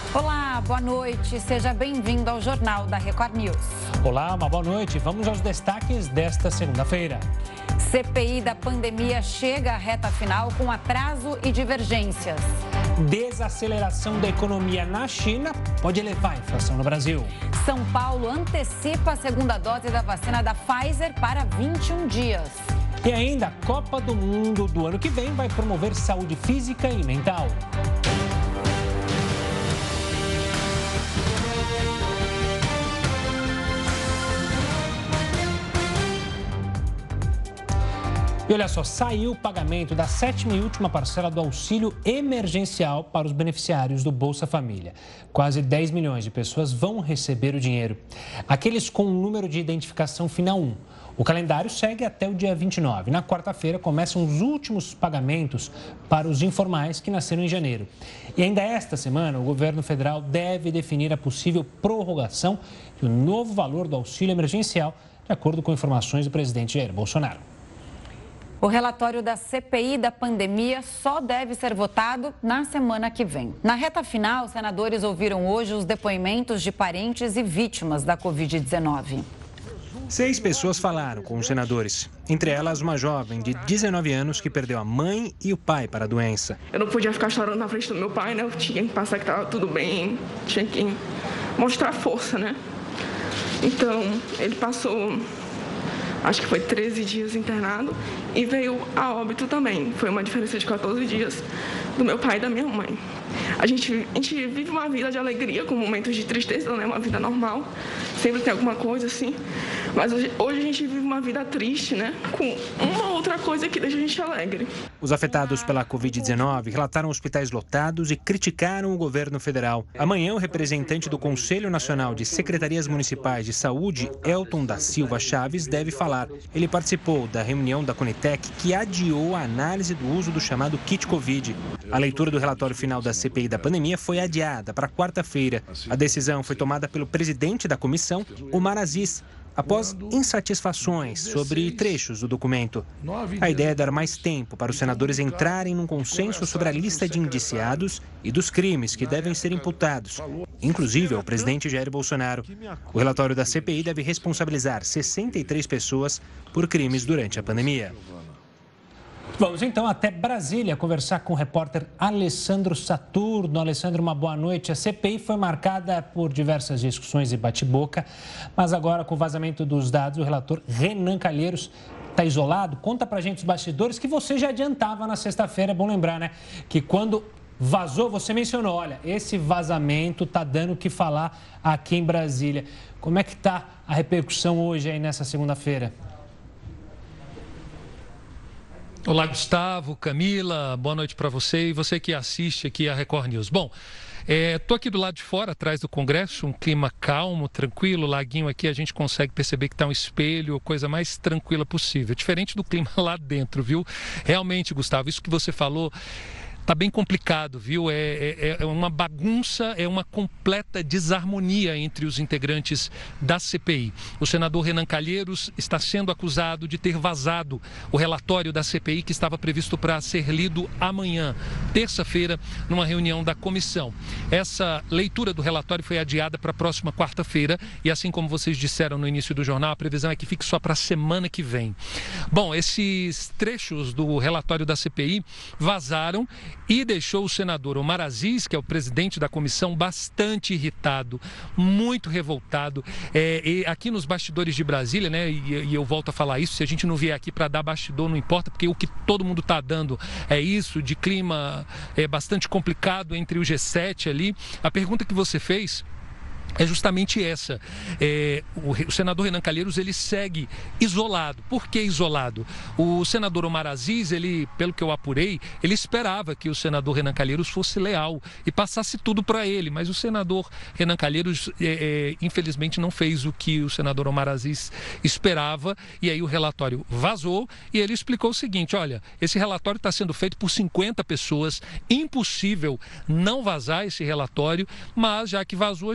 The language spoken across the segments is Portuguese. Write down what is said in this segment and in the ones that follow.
Olá, boa noite. Seja bem-vindo ao Jornal da Record News. Olá, uma boa noite. Vamos aos destaques desta segunda-feira. CPI da pandemia chega à reta final com atraso e divergências. Desaceleração da economia na China pode elevar a inflação no Brasil. São Paulo antecipa a segunda dose da vacina da Pfizer para 21 dias. E ainda, a Copa do Mundo do ano que vem vai promover saúde física e mental. E olha só, saiu o pagamento da 7ª e última parcela do auxílio emergencial para os beneficiários do Bolsa Família. Quase 10 milhões de pessoas vão receber o dinheiro. Aqueles com o número de identificação final 1. O calendário segue até o dia 29. Na quarta-feira começam os últimos pagamentos para os informais que nasceram em janeiro. E ainda esta semana, o governo federal deve definir a possível prorrogação e o novo valor do auxílio emergencial, de acordo com informações do presidente Jair Bolsonaro. O relatório da CPI da pandemia só deve ser votado na semana que vem. Na reta final, os senadores ouviram hoje os depoimentos de parentes e vítimas da Covid-19. 6 pessoas falaram com os senadores, entre elas uma jovem de 19 anos que perdeu a mãe e o pai para a doença. Eu não podia ficar chorando na frente do meu pai, né? Eu tinha que passar que estava tudo bem, tinha que mostrar força, né? Então, ele passou, acho que foi 13 dias internado e veio a óbito também. Foi uma diferença de 14 dias do meu pai e da minha mãe. A gente vive uma vida de alegria com momentos de tristeza, né? Uma vida normal, sempre tem alguma coisa assim. Mas hoje a gente vive uma vida triste, né? Com uma outra coisa que deixa a gente alegre. Os afetados pela Covid-19 relataram hospitais lotados e criticaram o governo federal. Amanhã, o representante do Conselho Nacional de Secretarias Municipais de Saúde, Elton da Silva Chaves, deve falar. Ele participou da reunião da Conitec que adiou a análise do uso do chamado kit Covid. A leitura do relatório final da CPI da pandemia foi adiada para quarta-feira. A decisão foi tomada pelo presidente da comissão, Omar Aziz, após insatisfações sobre trechos do documento. A ideia é dar mais tempo para os senadores entrarem num consenso sobre a lista de indiciados e dos crimes que devem ser imputados, inclusive ao presidente Jair Bolsonaro. O relatório da CPI deve responsabilizar 63 pessoas por crimes durante a pandemia. Vamos então até Brasília conversar com o repórter Alessandro Saturno. Alessandro, uma boa noite. A CPI foi marcada por diversas discussões e bate-boca, mas agora com o vazamento dos dados, o relator Renan Calheiros está isolado. Conta pra gente os bastidores que você já adiantava na sexta-feira. É bom lembrar, né, que quando vazou, você mencionou, olha, esse vazamento está dando o que falar aqui em Brasília. Como é que está a repercussão hoje aí nessa segunda-feira? Olá, Gustavo, Camila, boa noite para você e você que assiste aqui a Record News. Bom, estou aqui do lado de fora, atrás do Congresso, um clima calmo, tranquilo, laguinho aqui, a gente consegue perceber que está um espelho, coisa mais tranquila possível, diferente do clima lá dentro, viu? Realmente, Gustavo, isso que você falou está bem complicado, viu? É uma bagunça, é uma completa desarmonia entre os integrantes da CPI. O senador Renan Calheiros está sendo acusado de ter vazado o relatório da CPI que estava previsto para ser lido amanhã, terça-feira, numa reunião da comissão. Essa leitura do relatório foi adiada para a próxima quarta-feira e, assim como vocês disseram no início do jornal, a previsão é que fique só para a semana que vem. Bom, esses trechos do relatório da CPI vazaram e deixou o senador Omar Aziz, que é o presidente da comissão, bastante irritado, muito revoltado. E aqui nos bastidores de Brasília, né, e eu volto a falar isso, se a gente não vier aqui para dar bastidor, não importa, porque o que todo mundo está dando é isso, de clima bastante complicado entre o G7 ali. A pergunta que você fez é justamente essa. O senador Renan Calheiros, ele segue isolado. Por que isolado? O senador Omar Aziz, ele, pelo que eu apurei, ele esperava que o senador Renan Calheiros fosse leal e passasse tudo para ele, mas o senador Renan Calheiros, infelizmente, não fez o que o senador Omar Aziz esperava, e aí o relatório vazou e ele explicou o seguinte: olha, esse relatório está sendo feito por 50 pessoas, impossível não vazar esse relatório, mas já que vazou, a gente vai ter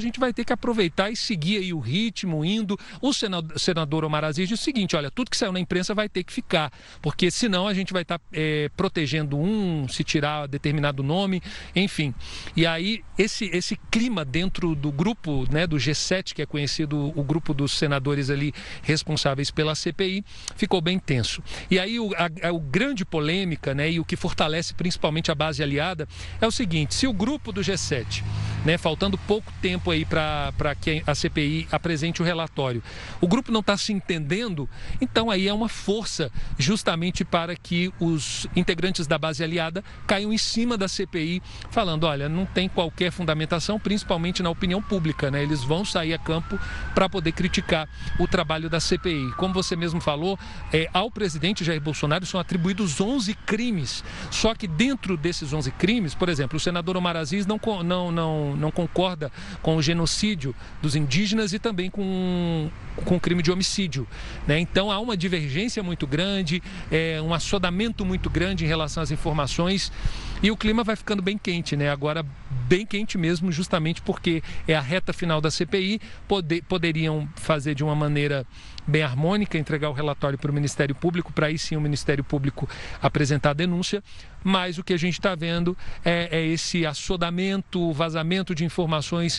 que aproveitar e seguir aí o ritmo, indo. O senador Omar Aziz diz o seguinte, olha, tudo que saiu na imprensa vai ter que ficar, porque senão a gente vai estar protegendo se tirar determinado nome, enfim. E aí, esse clima dentro do grupo, né, do G7, que é conhecido o grupo dos senadores ali responsáveis pela CPI, ficou bem tenso. E aí, o grande polêmica, né, e o que fortalece principalmente a base aliada, é o seguinte, se o grupo do G7, né, faltando pouco tempo aí para que a CPI apresente o relatório, o grupo não está se entendendo, então aí é uma força justamente para que os integrantes da base aliada caiam em cima da CPI, falando, olha, não tem qualquer fundamentação, principalmente na opinião pública, né? Eles vão sair a campo para poder criticar o trabalho da CPI. Como você mesmo falou, ao presidente Jair Bolsonaro são atribuídos 11 crimes, só que dentro desses 11 crimes, por exemplo, o senador Omar Aziz não concorda com o genocídio dos indígenas e também com o crime de homicídio, né? Então há uma divergência muito grande, um assodamento muito grande em relação às informações e o clima vai ficando bem quente, né? Agora bem quente mesmo, justamente porque é a reta final da CPI, poderiam fazer de uma maneira bem harmônica, entregar o relatório para o Ministério Público, para aí sim o Ministério Público apresentar a denúncia, mas o que a gente está vendo é esse assodamento, vazamento de informações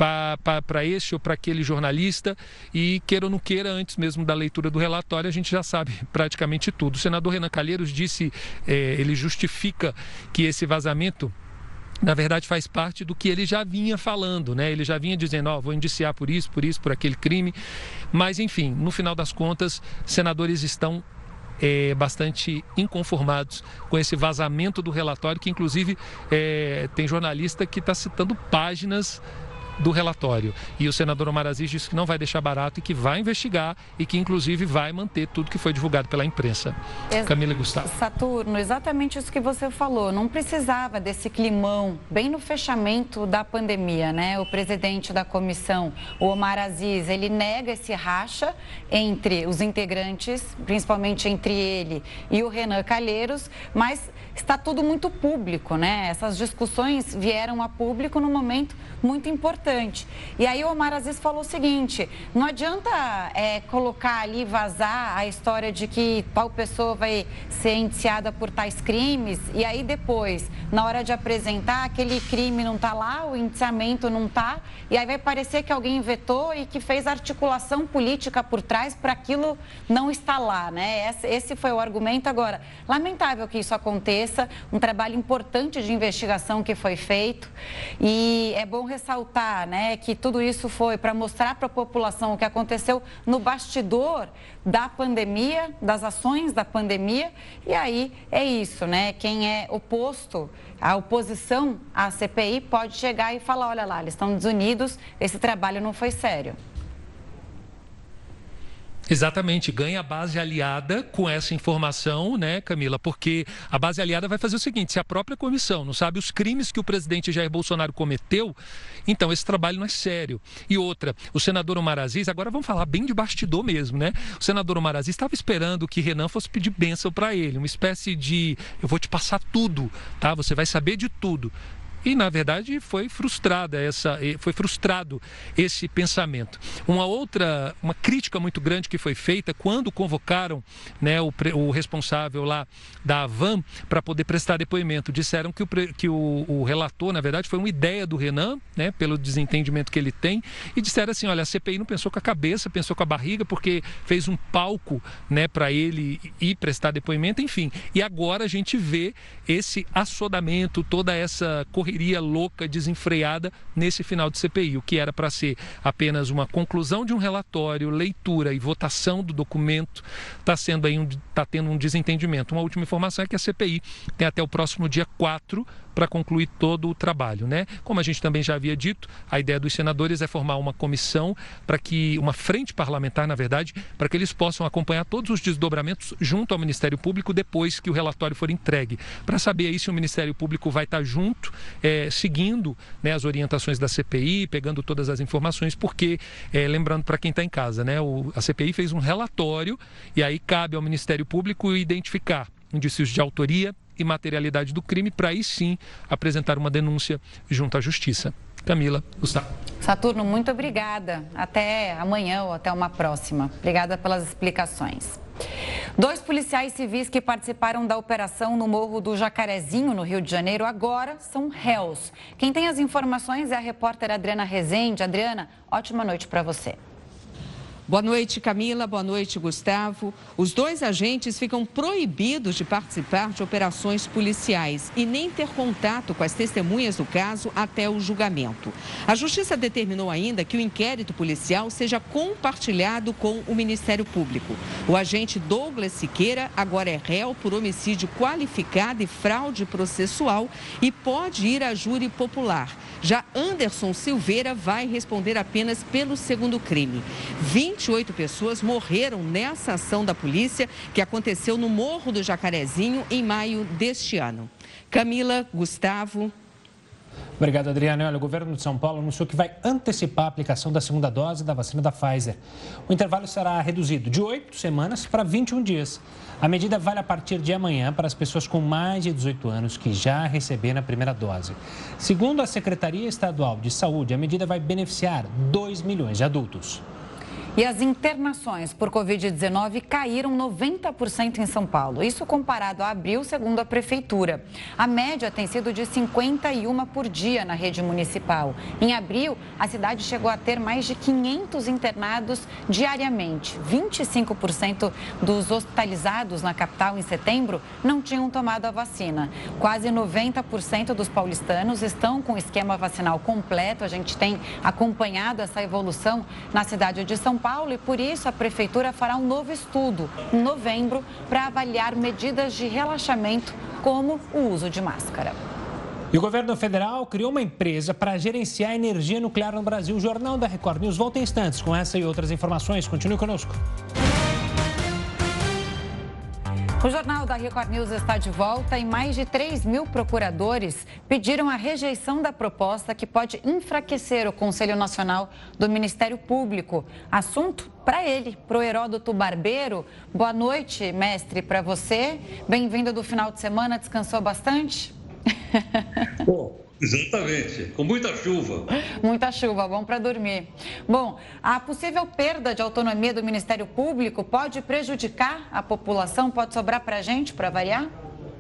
para esse ou para aquele jornalista e, queira ou não queira, antes mesmo da leitura do relatório, a gente já sabe praticamente tudo. O senador Renan Calheiros disse, ele justifica que esse vazamento, na verdade, faz parte do que ele já vinha falando, né? Ele já vinha dizendo, vou indiciar por isso, por aquele crime. Mas, enfim, no final das contas, senadores estão bastante inconformados com esse vazamento do relatório, que inclusive tem jornalista que está citando páginas do relatório. E o senador Omar Aziz disse que não vai deixar barato e que vai investigar e que inclusive vai manter tudo que foi divulgado pela imprensa. Camila e Gustavo. Saturno, exatamente isso que você falou. Não precisava desse climão bem no fechamento da pandemia, né? O presidente da comissão, o Omar Aziz, ele nega esse racha entre os integrantes, principalmente entre ele e o Renan Calheiros, mas está tudo muito público, né? Essas discussões vieram a público num momento muito importante. E aí o Omar Aziz falou o seguinte, não adianta colocar ali, vazar a história de que tal pessoa vai ser indiciada por tais crimes e aí depois, na hora de apresentar, aquele crime não está lá, o indiciamento não está, e aí vai parecer que alguém vetou e que fez articulação política por trás para aquilo não estar lá, né? Esse foi o argumento. Agora, lamentável que isso aconteça, um trabalho importante de investigação que foi feito e é bom ressaltar, né, que tudo isso foi para mostrar para a população o que aconteceu no bastidor da pandemia, das ações da pandemia, e aí é isso, né? Quem é oposto, a oposição à CPI pode chegar e falar, olha lá, eles estão desunidos, esse trabalho não foi sério. Exatamente, ganha a base aliada com essa informação, né, Camila? Porque a base aliada vai fazer o seguinte, se a própria comissão não sabe os crimes que o presidente Jair Bolsonaro cometeu, então esse trabalho não é sério. E outra, o senador Omar Aziz, agora vamos falar bem de bastidor mesmo, né? O senador Omar Aziz estava esperando que Renan fosse pedir bênção para ele, uma espécie de, eu vou te passar tudo, tá? Você vai saber de tudo. E, na verdade, foi frustrado esse pensamento. Uma crítica muito grande que foi feita quando convocaram, né, o responsável lá da Havan para poder prestar depoimento. Disseram que o relator, na verdade, foi uma ideia do Renan, né, pelo desentendimento que ele tem, e disseram assim, olha, a CPI não pensou com a cabeça, pensou com a barriga, porque fez um palco, né, para ele ir prestar depoimento, enfim. E agora a gente vê esse assodamento, toda essa correria louca, desenfreada nesse final de CPI. O que era para ser apenas uma conclusão de um relatório, leitura e votação do documento, está tendo um desentendimento. Uma última informação é que a CPI tem até o próximo dia 4 para concluir todo o trabalho, né? Como a gente também já havia dito, a ideia dos senadores é formar uma comissão uma frente parlamentar, na verdade, para que eles possam acompanhar todos os desdobramentos junto ao Ministério Público depois que o relatório for entregue. Para saber aí se o Ministério Público vai estar junto, seguindo, né, as orientações da CPI, pegando todas as informações, porque, lembrando para quem está em casa, né, a CPI fez um relatório e aí cabe ao Ministério Público identificar indícios de autoria e materialidade do crime para aí sim apresentar uma denúncia junto à Justiça. Camila, Gustavo. Saturno, muito obrigada. Até amanhã ou até uma próxima. Obrigada pelas explicações. 2 policiais civis que participaram da operação no Morro do Jacarezinho, no Rio de Janeiro, agora são réus. Quem tem as informações é a repórter Adriana Rezende. Adriana, ótima noite para você. Boa noite, Camila. Boa noite, Gustavo. Os 2 agentes ficam proibidos de participar de operações policiais e nem ter contato com as testemunhas do caso até o julgamento. A Justiça determinou ainda que o inquérito policial seja compartilhado com o Ministério Público. O agente Douglas Siqueira agora é réu por homicídio qualificado e fraude processual e pode ir a júri popular. Já Anderson Silveira vai responder apenas pelo segundo crime. 28 pessoas morreram nessa ação da polícia que aconteceu no Morro do Jacarezinho em maio deste ano. Camila, Gustavo. Obrigado, Adriana. Olha, o governo de São Paulo anunciou que vai antecipar a aplicação da segunda dose da vacina da Pfizer. O intervalo será reduzido de 8 semanas para 21 dias. A medida vale a partir de amanhã para as pessoas com mais de 18 anos que já receberam a primeira dose. Segundo a Secretaria Estadual de Saúde, a medida vai beneficiar 2 milhões de adultos. E as internações por Covid-19 caíram 90% em São Paulo. Isso comparado a abril, segundo a Prefeitura. A média tem sido de 51 por dia na rede municipal. Em abril, a cidade chegou a ter mais de 500 internados diariamente. 25% dos hospitalizados na capital em setembro não tinham tomado a vacina. Quase 90% dos paulistanos estão com o esquema vacinal completo. A gente tem acompanhado essa evolução na cidade de São Paulo e, por isso, a Prefeitura fará um novo estudo em novembro para avaliar medidas de relaxamento, como o uso de máscara. E o governo federal criou uma empresa para gerenciar a energia nuclear no Brasil. O Jornal da Record News volta em instantes com essa e outras informações. Continue conosco. O Jornal da Record News está de volta e mais de 3.000 procuradores pediram a rejeição da proposta que pode enfraquecer o Conselho Nacional do Ministério Público. Assunto para ele, para o Heródoto Barbeiro. Boa noite, mestre, para você. Bem-vindo do final de semana, descansou bastante? Bom, exatamente, com muita chuva. Muita chuva, bom para dormir. Bom, a possível perda de autonomia do Ministério Público pode prejudicar a população? Pode sobrar para a gente, para variar?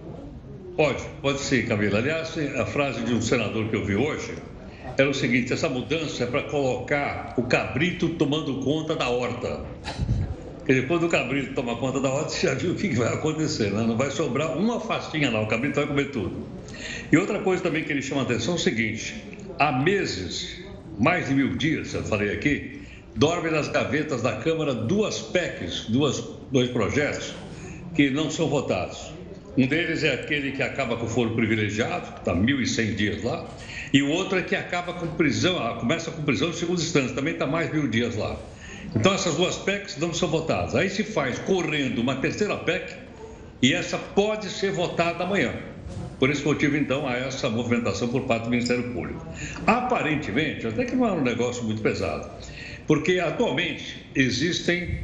Pode sim, Camila. Aliás, a frase de um senador que eu vi hoje era o seguinte: essa mudança é para colocar o cabrito tomando conta da horta. Porque depois do cabrito tomar conta da horta, você já viu o que vai acontecer, né? Não vai sobrar uma faixinha lá, o cabrito vai comer tudo. E outra coisa também que ele chama a atenção é o seguinte: há meses, mais de 1000 dias, eu falei aqui, dormem nas gavetas da Câmara 2 PECs, dois projetos que não são votados. Um deles é aquele que acaba com o foro privilegiado, que está 1.100 dias lá, e o outro é que acaba com prisão, começa com prisão de segunda instância, também está mais de 1000 dias lá. Então, essas 2 PECs não são votadas. Aí se faz correndo uma terceira PEC e essa pode ser votada amanhã. Por esse motivo, então, há essa movimentação por parte do Ministério Público. Aparentemente, até que não é um negócio muito pesado, porque atualmente existem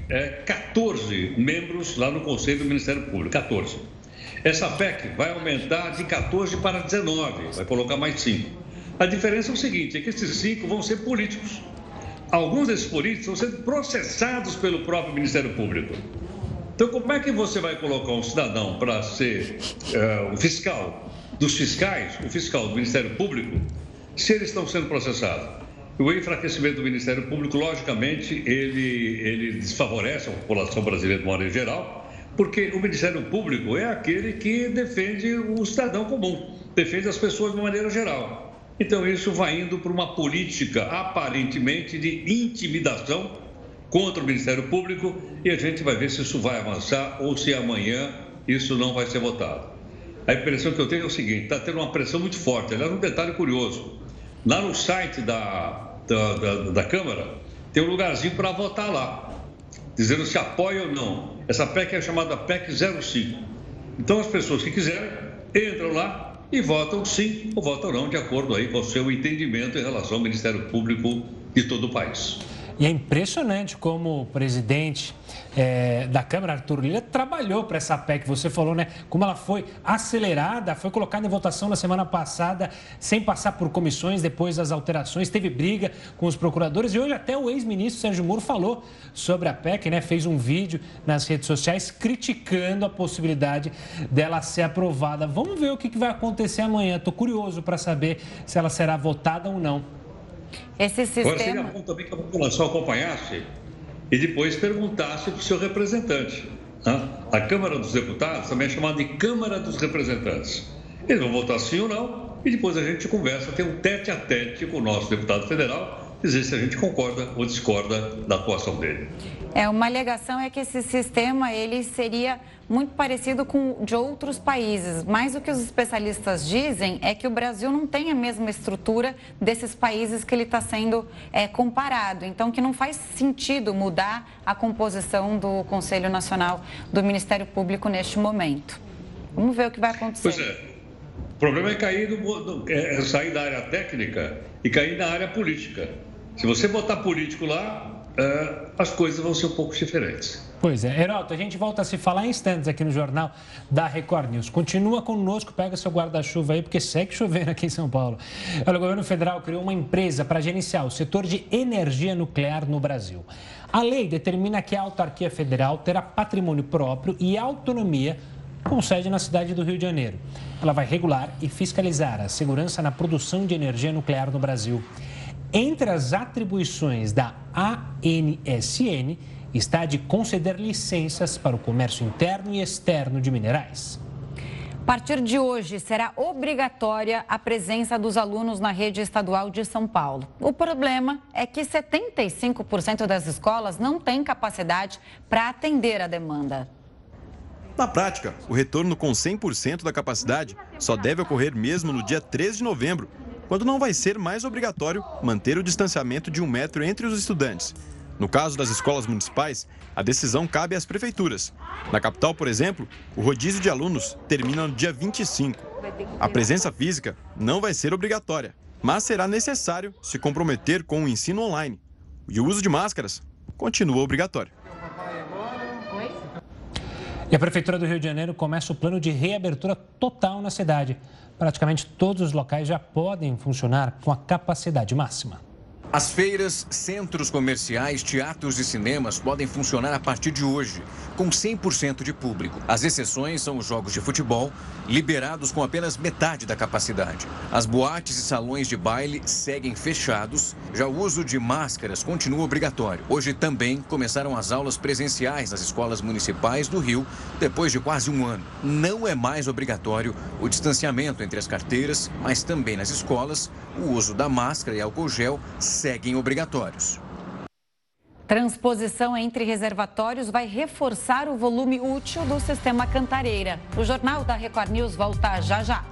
14 membros lá no Conselho do Ministério Público, 14. Essa PEC vai aumentar de 14 para 19, vai colocar mais 5. A diferença é o seguinte, é que esses 5 vão ser políticos. Alguns desses políticos vão ser processados pelo próprio Ministério Público. Então, como é que você vai colocar um cidadão para ser o fiscal dos fiscais, o fiscal do Ministério Público, se eles estão sendo processados? O enfraquecimento do Ministério Público, logicamente, ele desfavorece a população brasileira de uma maneira geral, porque o Ministério Público é aquele que defende o cidadão comum, defende as pessoas de uma maneira geral. Então, isso vai indo para uma política, aparentemente, de intimidação contra o Ministério Público e a gente vai ver se isso vai avançar ou se amanhã isso não vai ser votado. A impressão que eu tenho é o seguinte: está tendo uma pressão muito forte. Aliás, um detalhe curioso, lá no site da Câmara tem um lugarzinho para votar lá, dizendo se apoia ou não. Essa PEC é chamada PEC 05. Então, as pessoas que quiserem entram lá e votam sim ou votam não, de acordo aí com o seu entendimento em relação ao Ministério Público de todo o país. E é impressionante como o presidente da Câmara, Arthur Lira, trabalhou para essa PEC. Você falou, né? Como ela foi acelerada, foi colocada em votação na semana passada, sem passar por comissões, depois das alterações. Teve briga com os procuradores e hoje até o ex-ministro Sérgio Moro falou sobre a PEC, né? Fez um vídeo nas redes sociais criticando a possibilidade dela ser aprovada. Vamos ver o que vai acontecer amanhã. Estou curioso para saber se ela será votada ou não. Esse sistema... Agora seria bom também que a população acompanhasse e depois perguntasse para o seu representante. Né? A Câmara dos Deputados também é chamada de Câmara dos Representantes. Eles vão votar sim ou não e depois a gente conversa, tem um tete-a-tete com o nosso deputado federal, dizer se a gente concorda ou discorda da atuação dele. Uma alegação é que esse sistema ele seria muito parecido com o de outros países, mas o que os especialistas dizem é que o Brasil não tem a mesma estrutura desses países que ele está sendo comparado, então que não faz sentido mudar a composição do Conselho Nacional do Ministério Público neste momento. Vamos ver o que vai acontecer. Pois é, o problema é sair da área técnica e cair na área política. Se você botar político lá, as coisas vão ser um pouco diferentes. Pois é. Heroto, a gente volta a se falar em instantes aqui no Jornal da Record News. Continua conosco, pega seu guarda-chuva aí, porque segue chovendo aqui em São Paulo. Olha, o governo federal criou uma empresa para gerenciar o setor de energia nuclear no Brasil. A lei determina que a autarquia federal terá patrimônio próprio e autonomia com sede na cidade do Rio de Janeiro. Ela vai regular e fiscalizar a segurança na produção de energia nuclear no Brasil. Entre as atribuições da ANSN está a de conceder licenças para o comércio interno e externo de minerais. A partir de hoje, será obrigatória a presença dos alunos na rede estadual de São Paulo. O problema é que 75% das escolas não têm capacidade para atender a demanda. Na prática, o retorno com 100% da capacidade só deve ocorrer mesmo no dia 13 de novembro, quando não vai ser mais obrigatório manter o distanciamento de 1 metro entre os estudantes. No caso das escolas municipais, a decisão cabe às prefeituras. Na capital, por exemplo, o rodízio de alunos termina no dia 25. A presença física não vai ser obrigatória, mas será necessário se comprometer com o ensino online. E o uso de máscaras continua obrigatório. E a Prefeitura do Rio de Janeiro começa o plano de reabertura total na cidade. Praticamente todos os locais já podem funcionar com a capacidade máxima. As feiras, centros comerciais, teatros e cinemas podem funcionar a partir de hoje, com 100% de público. As exceções são os jogos de futebol, liberados com apenas metade da capacidade. As boates e salões de baile seguem fechados, já o uso de máscaras continua obrigatório. Hoje também começaram as aulas presenciais nas escolas municipais do Rio, depois de quase um ano. Não é mais obrigatório o distanciamento entre as carteiras, mas também nas escolas, o uso da máscara e álcool gel seguem obrigatórios. Transposição entre reservatórios vai reforçar o volume útil do sistema Cantareira. O Jornal da Record News volta já já.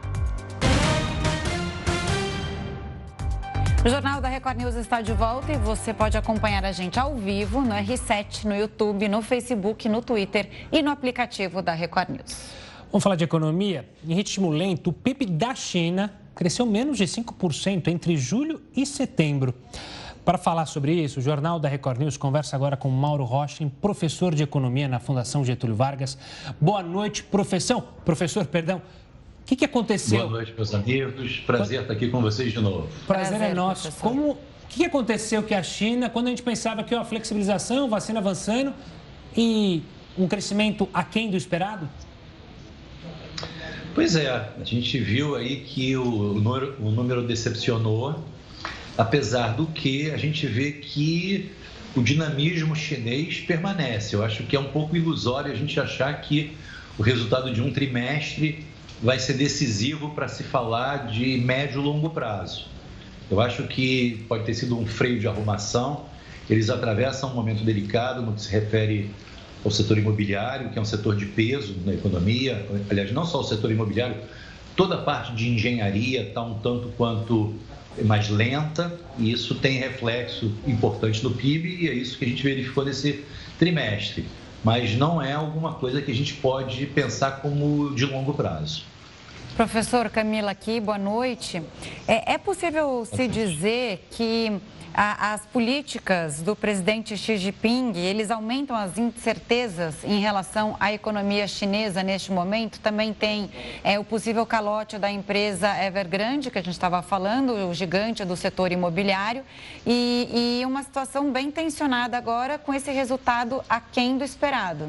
O Jornal da Record News está de volta e você pode acompanhar a gente ao vivo no R7, no YouTube, no Facebook, no Twitter e no aplicativo da Record News. Vamos falar de economia? Em ritmo lento, o PIB da China cresceu menos de 5% entre julho e setembro. Para falar sobre isso, o Jornal da Record News conversa agora com Mauro Rochin, professor de economia na Fundação Getúlio Vargas. Boa noite, professor. O que aconteceu? Boa noite, meus amigos. Prazer estar aqui com vocês de novo. Prazer é nosso. O que aconteceu que a China, quando a gente pensava que a flexibilização, vacina avançando e um crescimento aquém do esperado? Pois é, a gente viu aí que o número decepcionou, apesar do que a gente vê que o dinamismo chinês permanece. Eu acho que é um pouco ilusório a gente achar que o resultado de um trimestre vai ser decisivo para se falar de médio e longo prazo. Eu acho que pode ter sido um freio de arrumação. Eles atravessam um momento delicado no que se refere ao setor imobiliário, que é um setor de peso na economia. Aliás, não só o setor imobiliário, toda a parte de engenharia está um tanto quanto mais lenta, e isso tem reflexo importante no PIB, e é isso que a gente verificou nesse trimestre. Mas não é alguma coisa que a gente pode pensar como de longo prazo. Professor Camila aqui, boa noite. É possível se dizer que as políticas do presidente Xi Jinping, eles aumentam as incertezas em relação à economia chinesa neste momento? Também tem o possível calote da empresa Evergrande, que a gente estava falando, o gigante do setor imobiliário, e uma situação bem tensionada agora com esse resultado aquém do esperado.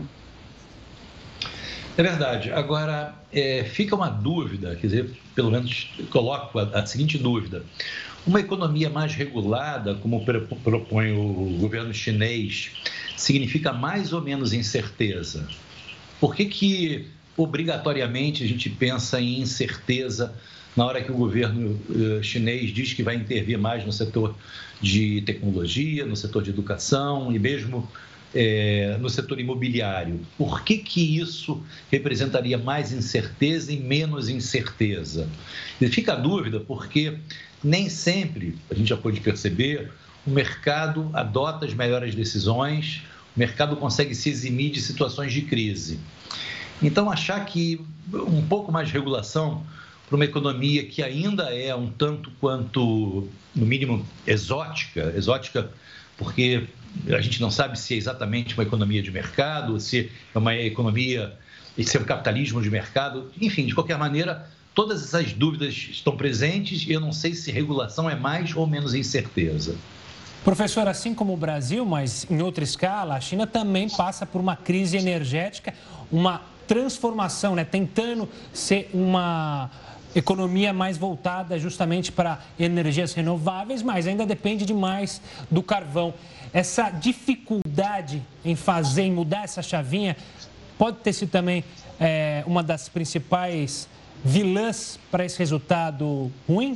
É verdade. Agora, fica uma dúvida, quer dizer, pelo menos coloco a seguinte dúvida. Uma economia mais regulada, como propõe o governo chinês, significa mais ou menos incerteza? Por que obrigatoriamente a gente pensa em incerteza na hora que o governo chinês diz que vai intervir mais no setor de tecnologia, no setor de educação e mesmo no setor imobiliário? Por que isso representaria mais incerteza e menos incerteza? E fica a dúvida porque nem sempre, a gente já pôde perceber, o mercado adota as melhores decisões, o mercado consegue se eximir de situações de crise. Então, achar que um pouco mais de regulação para uma economia que ainda é um tanto quanto, no mínimo, exótica porque a gente não sabe se é exatamente uma economia de mercado, se é uma economia, se é um capitalismo de mercado, enfim, de qualquer maneira, todas essas dúvidas estão presentes e eu não sei se regulação é mais ou menos incerteza. Professor, assim como o Brasil, mas em outra escala, a China também passa por uma crise energética, uma transformação, tentando ser uma economia mais voltada justamente para energias renováveis, mas ainda depende demais do carvão. Essa dificuldade em mudar essa chavinha, pode ter sido também uma das principais vilãs para esse resultado ruim?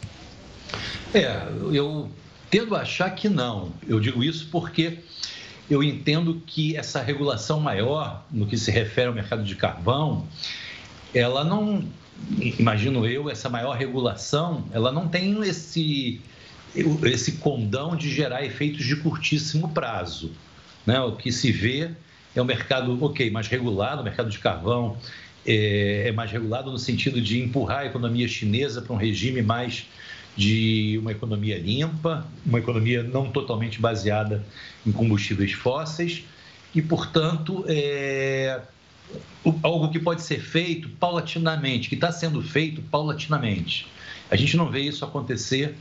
Eu tendo a achar que não. Eu digo isso porque eu entendo que essa regulação maior, no que se refere ao mercado de carvão, ela não, imagino eu, essa maior regulação, ela não tem esse condão de gerar efeitos de curtíssimo prazo, né? O que se vê é um mercado, mais regulado, o mercado de carvão é mais regulado no sentido de empurrar a economia chinesa para um regime mais de uma economia limpa, uma economia não totalmente baseada em combustíveis fósseis e, portanto, algo que pode ser feito paulatinamente, que está sendo feito paulatinamente. A gente não vê isso acontecer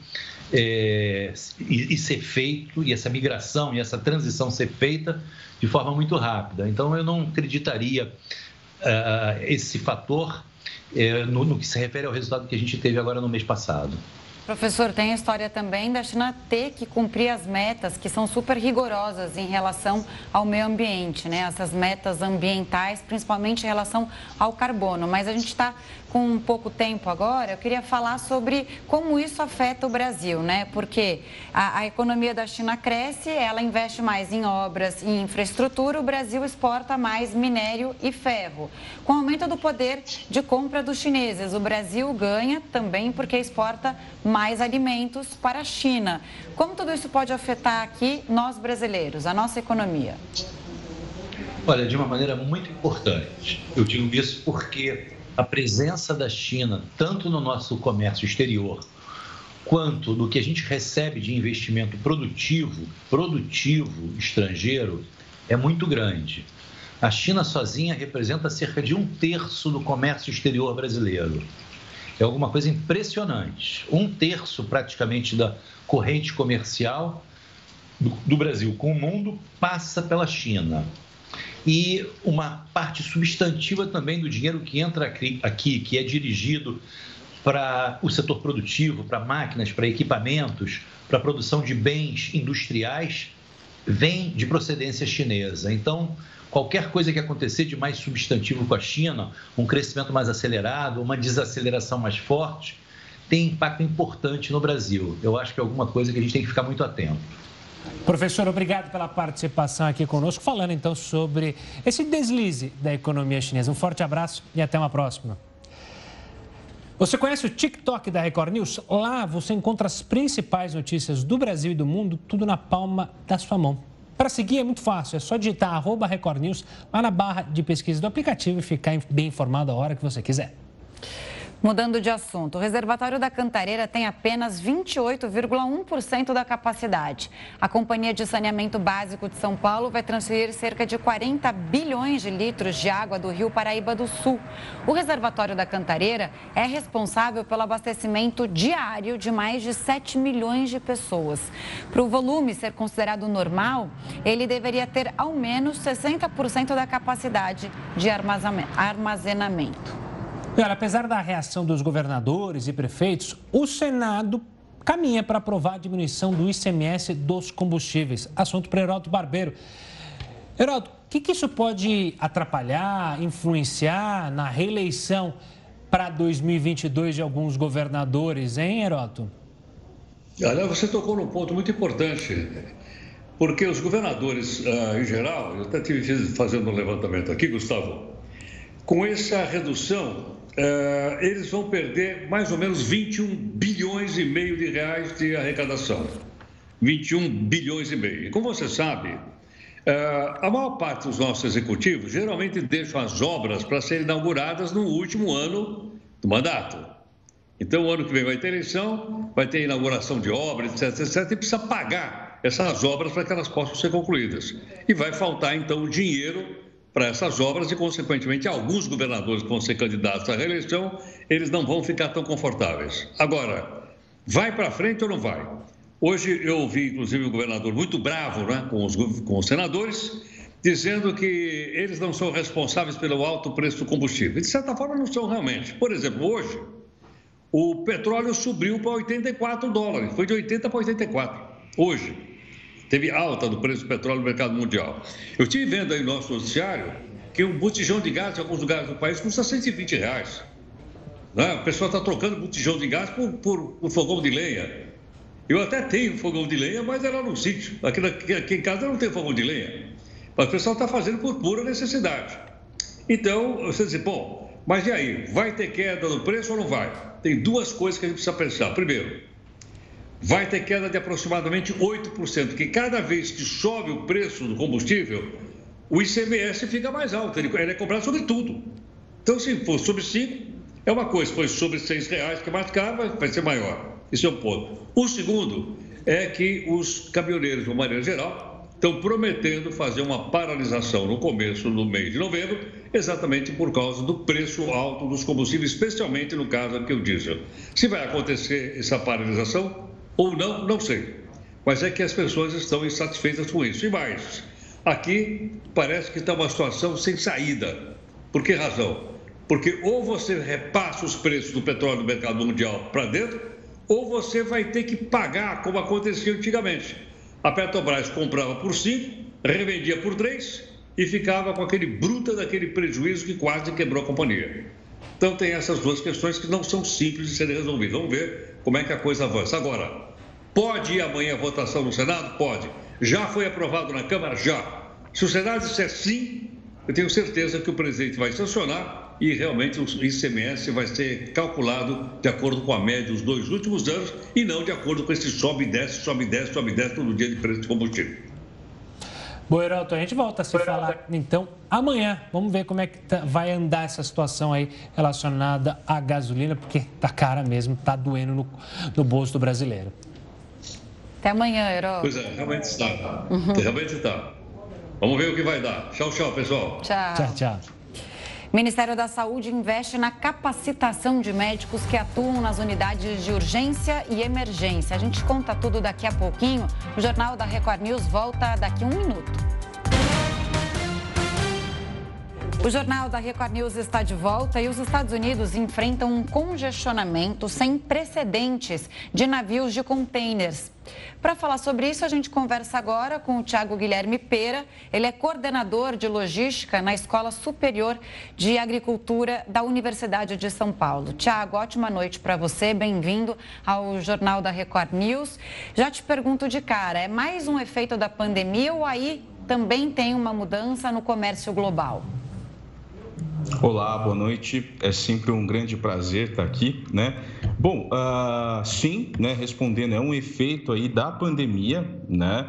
e ser feito, e essa migração e essa transição ser feita de forma muito rápida. Então, eu não acreditaria esse fator no que se refere ao resultado que a gente teve agora no mês passado. Professor, tem a história também da China ter que cumprir as metas que são super rigorosas em relação ao meio ambiente, né? Essas metas ambientais, principalmente em relação ao carbono. Mas a gente está com pouco tempo agora, eu queria falar sobre como isso afeta o Brasil, né? Porque a economia da China cresce, ela investe mais em obras e em infraestrutura, o Brasil exporta mais minério e ferro. Com o aumento do poder de compra dos chineses, o Brasil ganha também porque exporta mais alimentos para a China. Como tudo isso pode afetar aqui nós brasileiros, a nossa economia? Olha, de uma maneira muito importante. Eu digo isso porque a presença da China, tanto no nosso comércio exterior, quanto no que a gente recebe de investimento produtivo estrangeiro, é muito grande. A China sozinha representa cerca de 1/3 do comércio exterior brasileiro. É alguma coisa impressionante. 1/3 praticamente da corrente comercial do Brasil com o mundo passa pela China. E uma parte substantiva também do dinheiro que entra aqui, que é dirigido para o setor produtivo, para máquinas, para equipamentos, para a produção de bens industriais, vem de procedência chinesa. Então, qualquer coisa que acontecer de mais substantivo com a China, um crescimento mais acelerado, uma desaceleração mais forte, tem impacto importante no Brasil. Eu acho que é alguma coisa que a gente tem que ficar muito atento. Professor, obrigado pela participação aqui conosco, falando então sobre esse deslize da economia chinesa. Um forte abraço e até uma próxima. Você conhece o TikTok da Record News? Lá você encontra as principais notícias do Brasil e do mundo, tudo na palma da sua mão. Para seguir é muito fácil, é só digitar @Record News lá na barra de pesquisa do aplicativo e ficar bem informado a hora que você quiser. Mudando de assunto, o reservatório da Cantareira tem apenas 28,1% da capacidade. A Companhia de Saneamento Básico de São Paulo vai transferir cerca de 40 bilhões de litros de água do Rio Paraíba do Sul. O reservatório da Cantareira é responsável pelo abastecimento diário de mais de 7 milhões de pessoas. Para o volume ser considerado normal, ele deveria ter ao menos 60% da capacidade de armazenamento. E olha, apesar da reação dos governadores e prefeitos, o Senado caminha para aprovar a diminuição do ICMS dos combustíveis. Assunto para Heródoto Barbeiro. Heródoto, o que isso pode atrapalhar, influenciar na reeleição para 2022 de alguns governadores, hein, Heródoto? Olha, você tocou num ponto muito importante, porque os governadores, em geral, eu até estive fazendo um levantamento aqui, Gustavo, com essa redução, eles vão perder mais ou menos 21 bilhões e meio de reais de arrecadação. 21 bilhões e meio. E como você sabe, a maior parte dos nossos executivos geralmente deixam as obras para serem inauguradas no último ano do mandato. Então, o ano que vem vai ter eleição, vai ter inauguração de obras, etc, etc, e precisa pagar essas obras para que elas possam ser concluídas. E vai faltar, então, o dinheiro para essas obras e, consequentemente, alguns governadores que vão ser candidatos à reeleição, eles não vão ficar tão confortáveis. Agora, vai para frente ou não vai? Hoje eu ouvi, inclusive, um governador muito bravo, né, com os senadores, dizendo que eles não são responsáveis pelo alto preço do combustível. E, de certa forma, não são realmente. Por exemplo, hoje, o petróleo subiu para 84 dólares, foi de 80 para 84, hoje. Teve alta do preço do petróleo no mercado mundial. Eu estive vendo aí no nosso noticiário que um botijão de gás em alguns lugares do país custa R$120. Né? O pessoal está trocando botijão de gás por fogão de lenha. Eu até tenho fogão de lenha, mas é lá no sítio. Aqui em casa eu não tenho fogão de lenha. Mas o pessoal está fazendo por pura necessidade. Então, você diz, bom, mas e aí? Vai ter queda no preço ou não vai? Tem duas coisas que a gente precisa pensar. Primeiro, vai ter queda de aproximadamente 8%, porque cada vez que sobe o preço do combustível, o ICMS fica mais alto, ele é cobrado sobre tudo. Então, se for sobre 5, é uma coisa, se for sobre R$6, que é mais caro, vai ser maior. Esse é um ponto. O segundo é que os caminhoneiros, de uma maneira geral, estão prometendo fazer uma paralisação no começo do mês de novembro, exatamente por causa do preço alto dos combustíveis, especialmente no caso aqui o diesel. Se vai acontecer essa paralisação ou não, não sei. Mas é que as pessoas estão insatisfeitas com isso. E mais, aqui parece que está uma situação sem saída. Por que razão? Porque ou você repassa os preços do petróleo no mercado mundial para dentro, ou você vai ter que pagar como acontecia antigamente. A Petrobras comprava por 5, revendia por 3 e ficava com aquele bruta daquele prejuízo que quase quebrou a companhia. Então tem essas duas questões que não são simples de serem resolvidas. Vamos ver como é que a coisa avança. Agora, pode ir amanhã a votação no Senado? Pode. Já foi aprovado na Câmara? Já. Se o Senado disser sim, eu tenho certeza que o presidente vai sancionar e realmente o ICMS vai ser calculado de acordo com a média dos 2 últimos anos e não de acordo com esse sobe e desce, sobe e desce, sobe e desce todo dia de preço de combustível. Bom, Heródoto, a gente volta a se falar, então, amanhã. Vamos ver como é que vai andar essa situação aí relacionada à gasolina, porque tá cara mesmo, tá doendo no bolso do brasileiro. Até amanhã, Heródoto. Pois é, realmente está. Realmente está. Vamos ver o que vai dar. Tchau, tchau, pessoal. Tchau. Tchau, tchau. Ministério da Saúde investe na capacitação de médicos que atuam nas unidades de urgência e emergência. A gente conta tudo daqui a pouquinho. O Jornal da Record News volta daqui a 1 minuto. O Jornal da Record News está de volta e os Estados Unidos enfrentam um congestionamento sem precedentes de navios de contêineres. Para falar sobre isso, a gente conversa agora com o Thiago Guilherme Pera. Ele é coordenador de logística na Escola Superior de Agricultura da Universidade de São Paulo. Thiago, ótima noite para você. Bem-vindo ao Jornal da Record News. Já te pergunto de cara, é mais um efeito da pandemia ou aí também tem uma mudança no comércio global? Olá, boa noite. É sempre um grande prazer estar aqui, né? Bom, sim, né, respondendo, é um efeito aí da pandemia, né?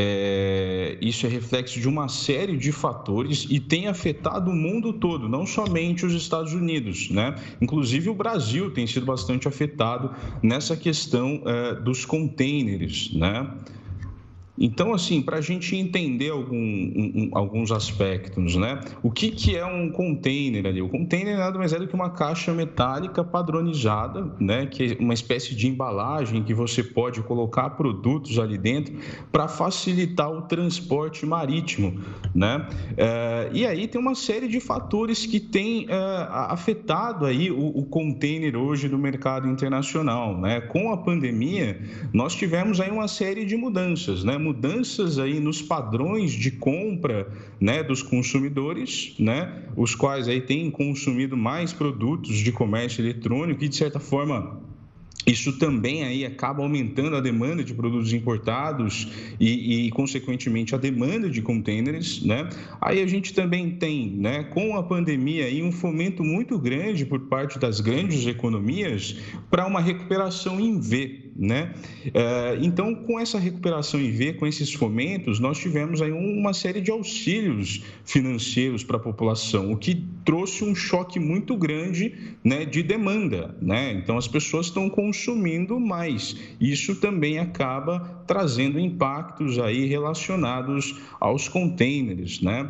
Isso é reflexo de uma série de fatores e tem afetado o mundo todo, não somente os Estados Unidos, né? Inclusive o Brasil tem sido bastante afetado nessa questão dos contêineres, né? Então, assim, para a gente entender alguns aspectos, né? O que é um container ali? O container nada mais é do que uma caixa metálica padronizada, né? Que é uma espécie de embalagem que você pode colocar produtos ali dentro para facilitar o transporte marítimo, né? E aí tem uma série de fatores que têm afetado aí o container hoje do mercado internacional, né? Com a pandemia, nós tivemos aí uma série de mudanças, né? Mudanças aí nos padrões de compra, né, dos consumidores, né, os quais aí têm consumido mais produtos de comércio eletrônico e, de certa forma, isso também aí acaba aumentando a demanda de produtos importados e consequentemente, a demanda de containers, né? Aí a gente também tem, né, com a pandemia, aí um fomento muito grande por parte das grandes economias para uma recuperação em V, né? Então, com essa recuperação em V, com esses fomentos, nós tivemos aí uma série de auxílios financeiros para a população, o que trouxe um choque muito grande, né, de demanda, né? Então, as pessoas estão consumindo mais. Isso também acaba trazendo impactos aí relacionados aos containers, né?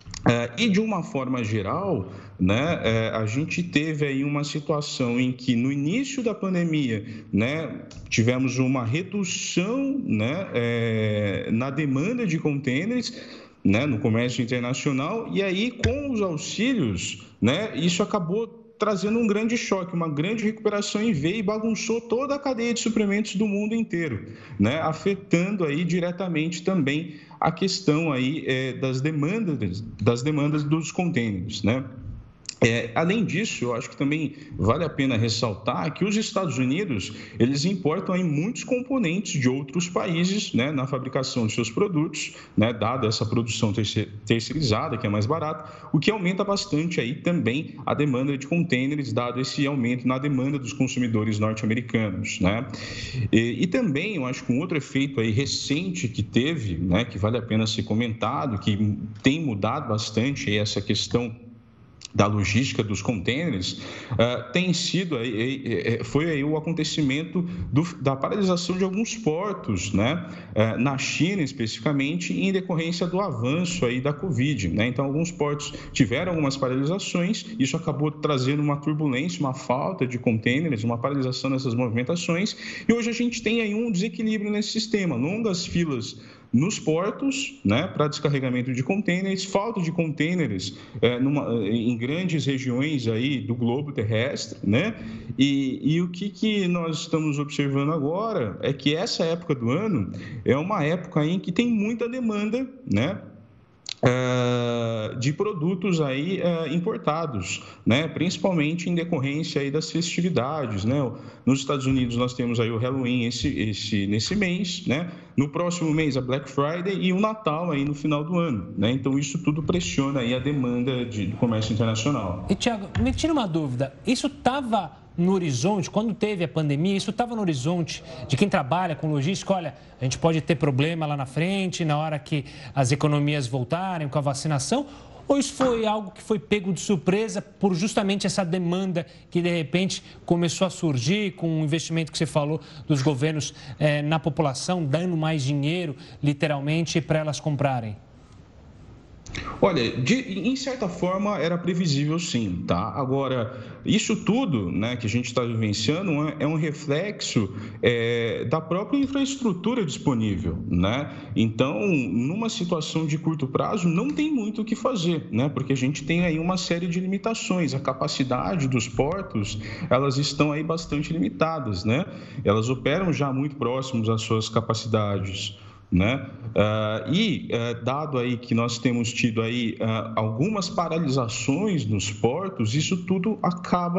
E de uma forma geral, né, a gente teve aí uma situação em que no início da pandemia, né, tivemos uma redução, né, na demanda de contêineres, né, no comércio internacional, e aí com os auxílios, né, isso acabou trazendo um grande choque, uma grande recuperação em V e bagunçou toda a cadeia de suprimentos do mundo inteiro, né, afetando aí diretamente também a questão aí das demandas dos contêineres, né? Além disso, eu acho que também vale a pena ressaltar que os Estados Unidos, eles importam aí muitos componentes de outros países, né, na fabricação de seus produtos, né, dada essa produção terceirizada, que é mais barata, o que aumenta bastante aí também a demanda de contêineres, dado esse aumento na demanda dos consumidores norte-americanos, né? E também, eu acho que um outro efeito aí recente que teve, né, que vale a pena ser comentado, que tem mudado bastante aí essa questão da logística dos contêineres, tem sido foi aí o acontecimento da paralisação de alguns portos, né, na China especificamente, em decorrência do avanço aí da Covid, né? Então, alguns portos tiveram algumas paralisações, isso acabou trazendo uma turbulência, uma falta de contêineres, uma paralisação nessas movimentações, e hoje a gente tem aí um desequilíbrio nesse sistema, longas filas nos portos, né, para descarregamento de contêineres, falta de contêineres em grandes regiões aí do globo terrestre, né? E o que nós estamos observando agora é que essa época do ano é uma época em que tem muita demanda, né, de produtos aí importados, né? Principalmente em decorrência aí das festividades, né? Nos Estados Unidos nós temos aí o Halloween nesse mês, né? No próximo mês a Black Friday e o Natal aí no final do ano, né? Então isso tudo pressiona aí a demanda do comércio internacional. E Tiago, me tira uma dúvida, isso estava no horizonte, quando teve a pandemia, isso estava no horizonte de quem trabalha com logística? Olha, a gente pode ter problema lá na frente, na hora que as economias voltarem com a vacinação, ou isso foi algo que foi pego de surpresa por justamente essa demanda que, de repente, começou a surgir com o investimento que você falou dos governos na população, dando mais dinheiro, literalmente, para elas comprarem? Olha, em certa forma era previsível sim, tá? Agora, isso tudo, né, que a gente está vivenciando é um reflexo da própria infraestrutura disponível, né? Então, numa situação de curto prazo, não tem muito o que fazer, né? Porque a gente tem aí uma série de limitações. A capacidade dos portos, elas estão aí bastante limitadas, né? Elas operam já muito próximos às suas capacidades, né? Dado aí que nós temos tido aí algumas paralisações nos portos, isso tudo acaba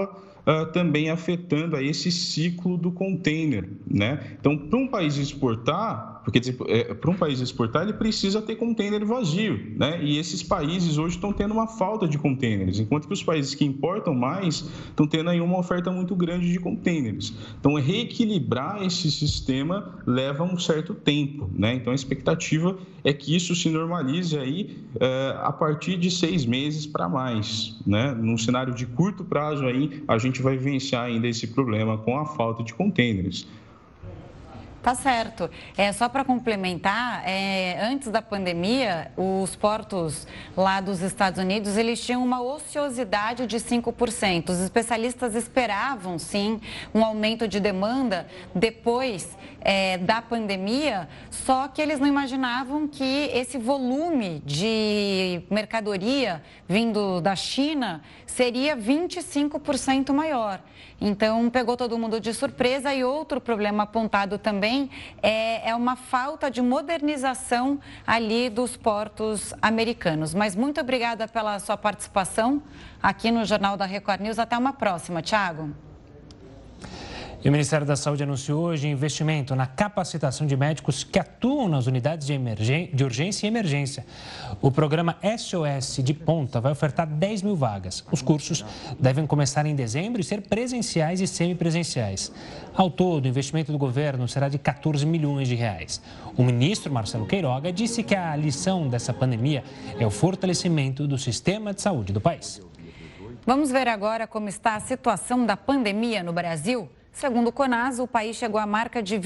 também afetando aí esse ciclo do container, né? Então, para um país exportar, para um país exportar, ele precisa ter container vazio, né? E esses países hoje estão tendo uma falta de containers, enquanto que os países que importam mais estão tendo aí uma oferta muito grande de containers. Então, reequilibrar esse sistema leva um certo tempo, né? Então, a expectativa é que isso se normalize aí a partir de 6 meses para mais, né? Num cenário de curto prazo aí, a gente vai vivenciar ainda esse problema com a falta de containers. Tá certo. Só para complementar, antes da pandemia, os portos lá dos Estados Unidos, eles tinham uma ociosidade de 5%. Os especialistas esperavam, sim, um aumento de demanda depois da pandemia, só que eles não imaginavam que esse volume de mercadoria vindo da China seria 25% maior. Então, pegou todo mundo de surpresa. E outro problema apontado também é uma falta de modernização ali dos portos americanos. Mas muito obrigada pela sua participação aqui no Jornal da Record News. Até uma próxima, Thiago. E o Ministério da Saúde anunciou hoje investimento na capacitação de médicos que atuam nas unidades de urgência e emergência. O programa SOS de Ponta vai ofertar 10 mil vagas. Os cursos devem começar em dezembro e ser presenciais e semipresenciais. Ao todo, o investimento do governo será de 14 milhões de reais. O ministro Marcelo Queiroga disse que a lição dessa pandemia é o fortalecimento do sistema de saúde do país. Vamos ver agora como está a situação da pandemia no Brasil? Segundo o CONAS, o país chegou à marca de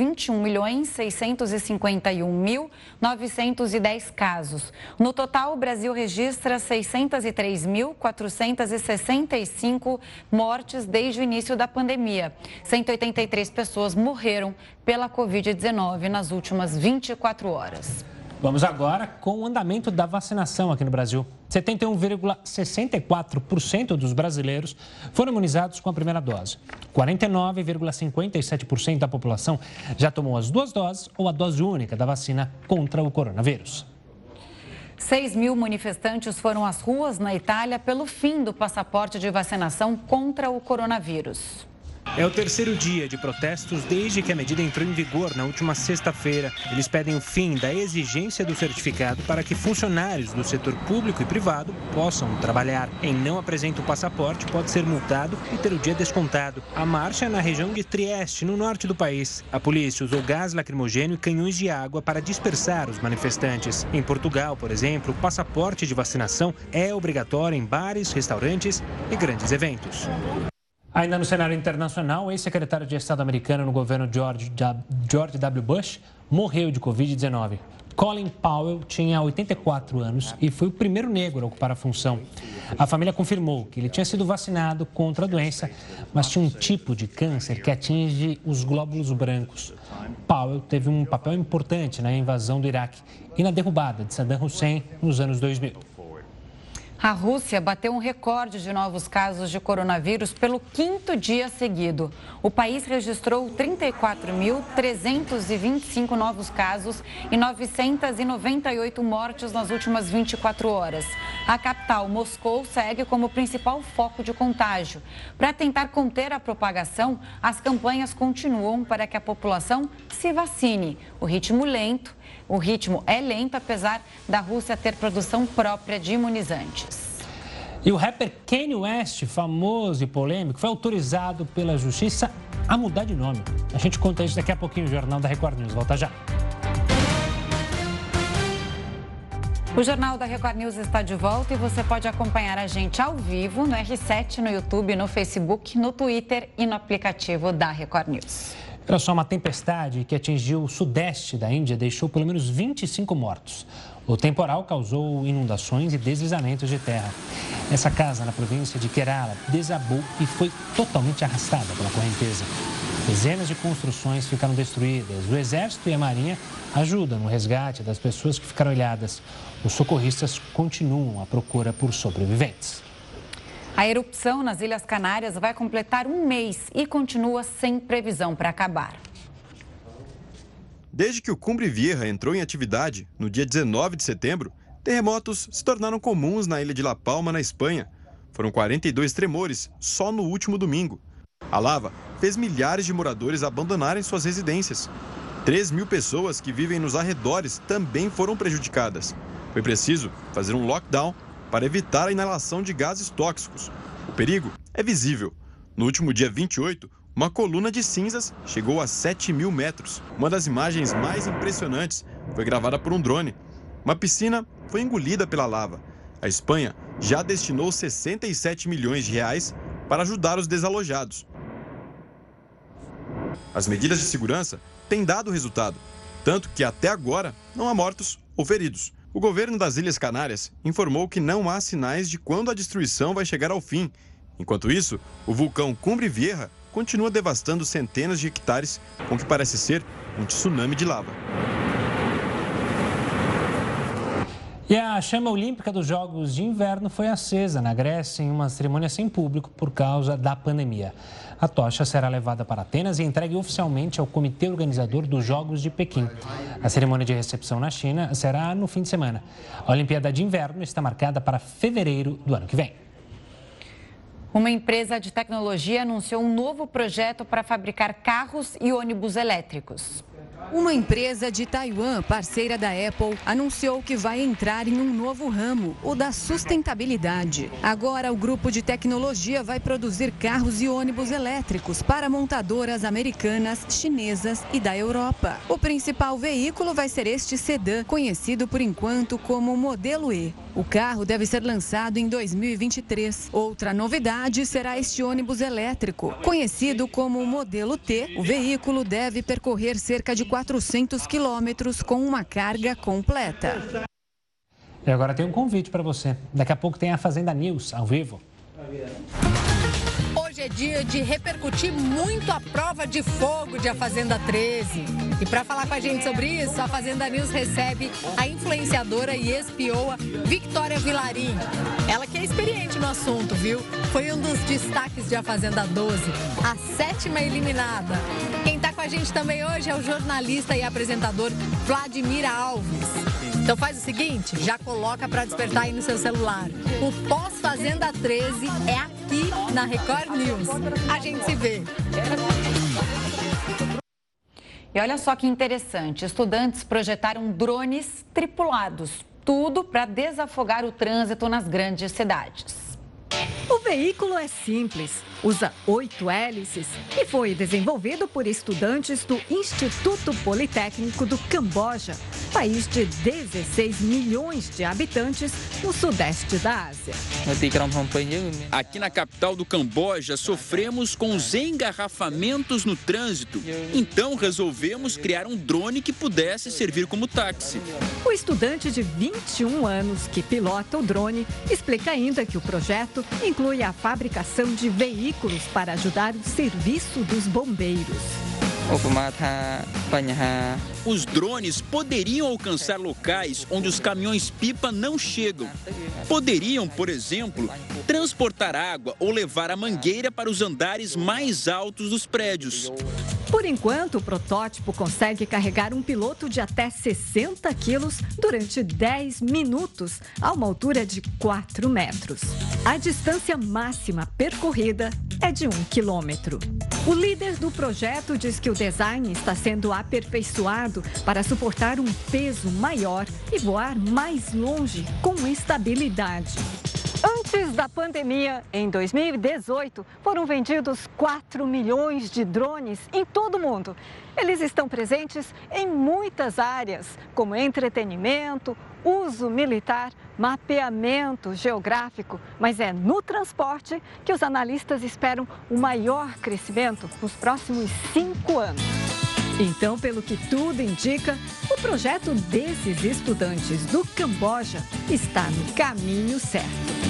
21.651.910 casos. No total, o Brasil registra 603.465 mortes desde o início da pandemia. 183 pessoas morreram pela Covid-19 nas últimas 24 horas. Vamos agora com o andamento da vacinação aqui no Brasil. 71,64% dos brasileiros foram imunizados com a primeira dose. 49,57% da população já tomou as 2 doses ou a dose única da vacina contra o coronavírus. 6 mil manifestantes foram às ruas na Itália pelo fim do passaporte de vacinação contra o coronavírus. É o terceiro dia de protestos desde que a medida entrou em vigor na última sexta-feira. Eles pedem o fim da exigência do certificado para que funcionários do setor público e privado possam trabalhar. Quem não apresenta o passaporte pode ser multado e ter o dia descontado. A marcha é na região de Trieste, no norte do país. A polícia usou gás lacrimogêneo e canhões de água para dispersar os manifestantes. Em Portugal, por exemplo, o passaporte de vacinação é obrigatório em bares, restaurantes e grandes eventos. Ainda no cenário internacional, o ex-secretário de Estado americano no governo George W. Bush morreu de Covid-19. Colin Powell tinha 84 anos e foi o primeiro negro a ocupar a função. A família confirmou que ele tinha sido vacinado contra a doença, mas tinha um tipo de câncer que atinge os glóbulos brancos. Powell teve um papel importante na invasão do Iraque e na derrubada de Saddam Hussein nos anos 2000. A Rússia bateu um recorde de novos casos de coronavírus pelo 5º dia seguido. O país registrou 34.325 novos casos e 998 mortes nas últimas 24 horas. A capital, Moscou, segue como principal foco de contágio. Para tentar conter a propagação, as campanhas continuam para que a população se vacine. O ritmo é lento, apesar da Rússia ter produção própria de imunizantes. E o rapper Kanye West, famoso e polêmico, foi autorizado pela justiça a mudar de nome. A gente conta isso daqui a pouquinho no Jornal da Record News. Volta já. O Jornal da Record News está de volta e você pode acompanhar a gente ao vivo no R7, no YouTube, no Facebook, no Twitter e no aplicativo da Record News. Olha só, uma tempestade que atingiu o sudeste da Índia deixou pelo menos 25 mortos. O temporal causou inundações e deslizamentos de terra. Essa casa na província de Kerala desabou e foi totalmente arrastada pela correnteza. Dezenas de construções ficaram destruídas. O Exército e a Marinha ajudam no resgate das pessoas que ficaram ilhadas. Os socorristas continuam à procura por sobreviventes. A erupção nas Ilhas Canárias vai completar um mês e continua sem previsão para acabar. Desde que o Cumbre Vieja entrou em atividade, no dia 19 de setembro, terremotos se tornaram comuns na ilha de La Palma, na Espanha. Foram 42 tremores só no último domingo. A lava fez milhares de moradores abandonarem suas residências. 3.000 pessoas que vivem nos arredores também foram prejudicadas. Foi preciso fazer um lockdown para evitar a inalação de gases tóxicos. O perigo é visível. No último dia 28, uma coluna de cinzas chegou a 7.000 metros. Uma das imagens mais impressionantes foi gravada por um drone. Uma piscina foi engolida pela lava. A Espanha já destinou 67 milhões de reais para ajudar os desalojados. As medidas de segurança têm dado resultado, tanto que até agora não há mortos ou feridos. O governo das Ilhas Canárias informou que não há sinais de quando a destruição vai chegar ao fim. Enquanto isso, o vulcão Cumbre Vieja continua devastando centenas de hectares com o que parece ser um tsunami de lava. E a chama olímpica dos Jogos de Inverno foi acesa na Grécia em uma cerimônia sem público por causa da pandemia. A tocha será levada para Atenas e entregue oficialmente ao comitê organizador dos Jogos de Pequim. A cerimônia de recepção na China será no fim de semana. A Olimpíada de Inverno está marcada para fevereiro do ano que vem. Uma empresa de tecnologia anunciou um novo projeto para fabricar carros e ônibus elétricos. Uma empresa de Taiwan, parceira da Apple, anunciou que vai entrar em um novo ramo, o da sustentabilidade. Agora, o grupo de tecnologia vai produzir carros e ônibus elétricos para montadoras americanas, chinesas e da Europa. O principal veículo vai ser este sedã, conhecido por enquanto como Modelo E. O carro deve ser lançado em 2023. Outra novidade será este ônibus elétrico. Conhecido como Modelo T, o veículo deve percorrer cerca de 400 quilômetros com uma carga completa. E agora tem um convite para você. Daqui a pouco tem a Fazenda News ao vivo. Hoje é dia de repercutir muito a prova de fogo de A Fazenda 13. E para falar com a gente sobre isso, a Fazenda News recebe a influenciadora e ex-pioa Victoria Vilarim. Ela que é experiente no assunto, viu? Foi um dos destaques de A Fazenda 12, a 7ª eliminada. Quem está com a gente também hoje é o jornalista e apresentador Vladimir Alves. Então faz o seguinte, já coloca para despertar aí no seu celular. O Pós-Fazenda 13 é aqui na Record News. A gente se vê. E olha só que interessante, estudantes projetaram drones tripulados, tudo para desafogar o trânsito nas grandes cidades. O veículo é simples, usa 8 hélices e foi desenvolvido por estudantes do Instituto Politécnico do Camboja, país de 16 milhões de habitantes no sudeste da Ásia. Aqui na capital do Camboja, sofremos com os engarrafamentos no trânsito. Então resolvemos criar um drone que pudesse servir como táxi. O estudante de 21 anos que pilota o drone explica ainda que o projeto inclui a fabricação de veículos para ajudar o serviço dos bombeiros. Os drones poderiam alcançar locais onde os caminhões-pipa não chegam. Poderiam, por exemplo, transportar água ou levar a mangueira para os andares mais altos dos prédios. Por enquanto, o protótipo consegue carregar um piloto de até 60 quilos durante 10 minutos, a uma altura de 4 metros. A distância máxima percorrida é de 1 quilômetro. O líder do projeto diz que o design está sendo aperfeiçoado para suportar um peso maior e voar mais longe com estabilidade. Antes da pandemia, em 2018, foram vendidos 4 milhões de drones em todo o mundo. Eles estão presentes em muitas áreas, como entretenimento, uso militar, mapeamento geográfico, mas é no transporte que os analistas esperam o maior crescimento nos próximos 5 anos. Então, pelo que tudo indica, o projeto desses estudantes do Camboja está no caminho certo.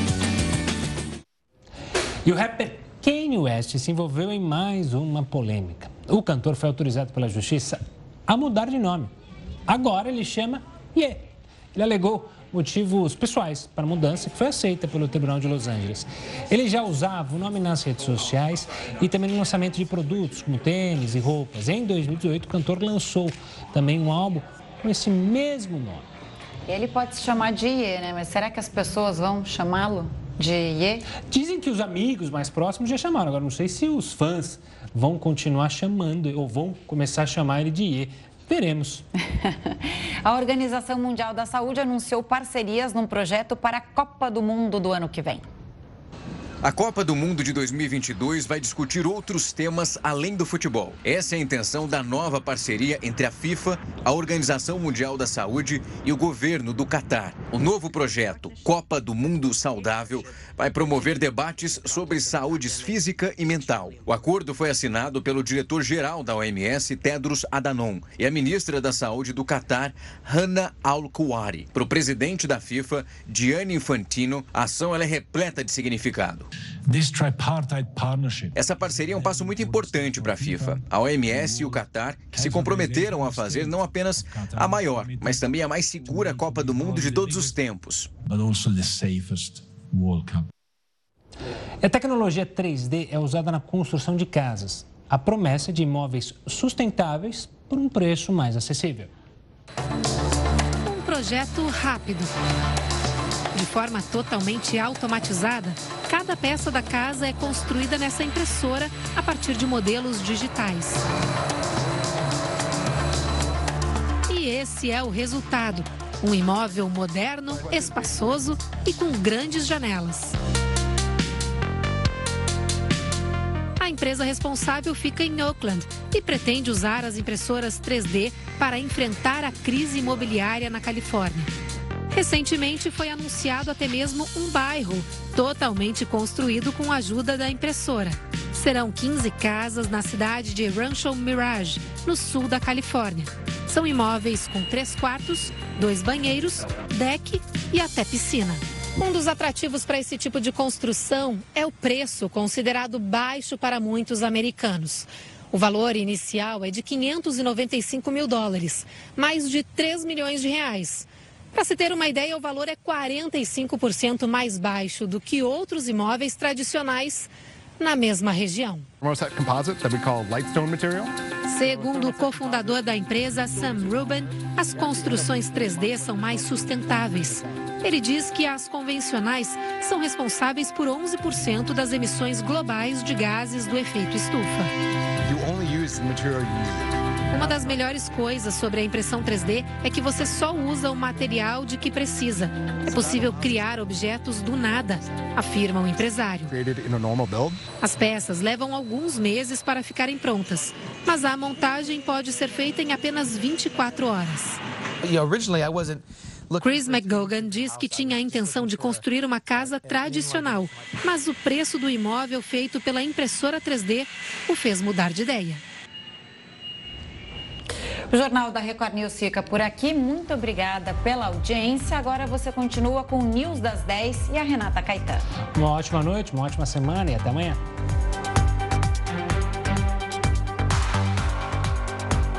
E o rapper Kanye West se envolveu em mais uma polêmica. O cantor foi autorizado pela justiça a mudar de nome. Agora ele chama Ye. Ele alegou motivos pessoais para a mudança que foi aceita pelo Tribunal de Los Angeles. Ele já usava o nome nas redes sociais e também no lançamento de produtos como tênis e roupas. Em 2018, o cantor lançou também um álbum com esse mesmo nome. Ele pode se chamar de Ye, né? Mas será que as pessoas vão chamá-lo de Iê? Dizem que os amigos mais próximos já chamaram. Agora, não sei se os fãs vão continuar chamando ou vão começar a chamar ele de Iê. Veremos. A Organização Mundial da Saúde anunciou parcerias num projeto para a Copa do Mundo do ano que vem. A Copa do Mundo de 2022 vai discutir outros temas além do futebol. Essa é a intenção da nova parceria entre a FIFA, a Organização Mundial da Saúde e o governo do Catar. O novo projeto, Copa do Mundo Saudável, vai promover debates sobre saúde física e mental. O acordo foi assinado pelo diretor-geral da OMS, Tedros Adhanom, e a ministra da Saúde do Catar, Hanna Al-Kuwari. Para o presidente da FIFA, Gianni Infantino, a ação ela é repleta de significado. Essa parceria é um passo muito importante para a FIFA, a OMS e o Catar, que se comprometeram a fazer não apenas a maior, mas também a mais segura Copa do Mundo de todos os tempos. A tecnologia 3D é usada na construção de casas. A promessa de imóveis sustentáveis por um preço mais acessível. Um projeto rápido. De forma totalmente automatizada, cada peça da casa é construída nessa impressora a partir de modelos digitais. E esse é o resultado: um imóvel moderno, espaçoso e com grandes janelas. A empresa responsável fica em Oakland e pretende usar as impressoras 3D para enfrentar a crise imobiliária na Califórnia. Recentemente foi anunciado até mesmo um bairro totalmente construído com a ajuda da impressora. Serão 15 casas na cidade de Rancho Mirage, no sul da Califórnia. São imóveis com 3 quartos, 2 banheiros, deck e até piscina. Um dos atrativos para esse tipo de construção é o preço, considerado baixo para muitos americanos. O valor inicial é de $595 mil, mais de 3 milhões de reais. Para se ter uma ideia, o valor é 45% mais baixo do que outros imóveis tradicionais na mesma região. Segundo o cofundador da empresa, Sam Rubin, as construções 3D são mais sustentáveis. Ele diz que as convencionais são responsáveis por 11% das emissões globais de gases do efeito estufa. Uma das melhores coisas sobre a impressão 3D é que você só usa o material de que precisa. É possível criar objetos do nada, afirma o empresário. As peças levam alguns meses para ficarem prontas, mas a montagem pode ser feita em apenas 24 horas. Chris McGogan diz que tinha a intenção de construir uma casa tradicional, mas o preço do imóvel feito pela impressora 3D o fez mudar de ideia. O Jornal da Record News fica por aqui. Muito obrigada pela audiência. Agora você continua com o News das 10 e a Renata Caetano. Uma ótima noite, uma ótima semana e até amanhã.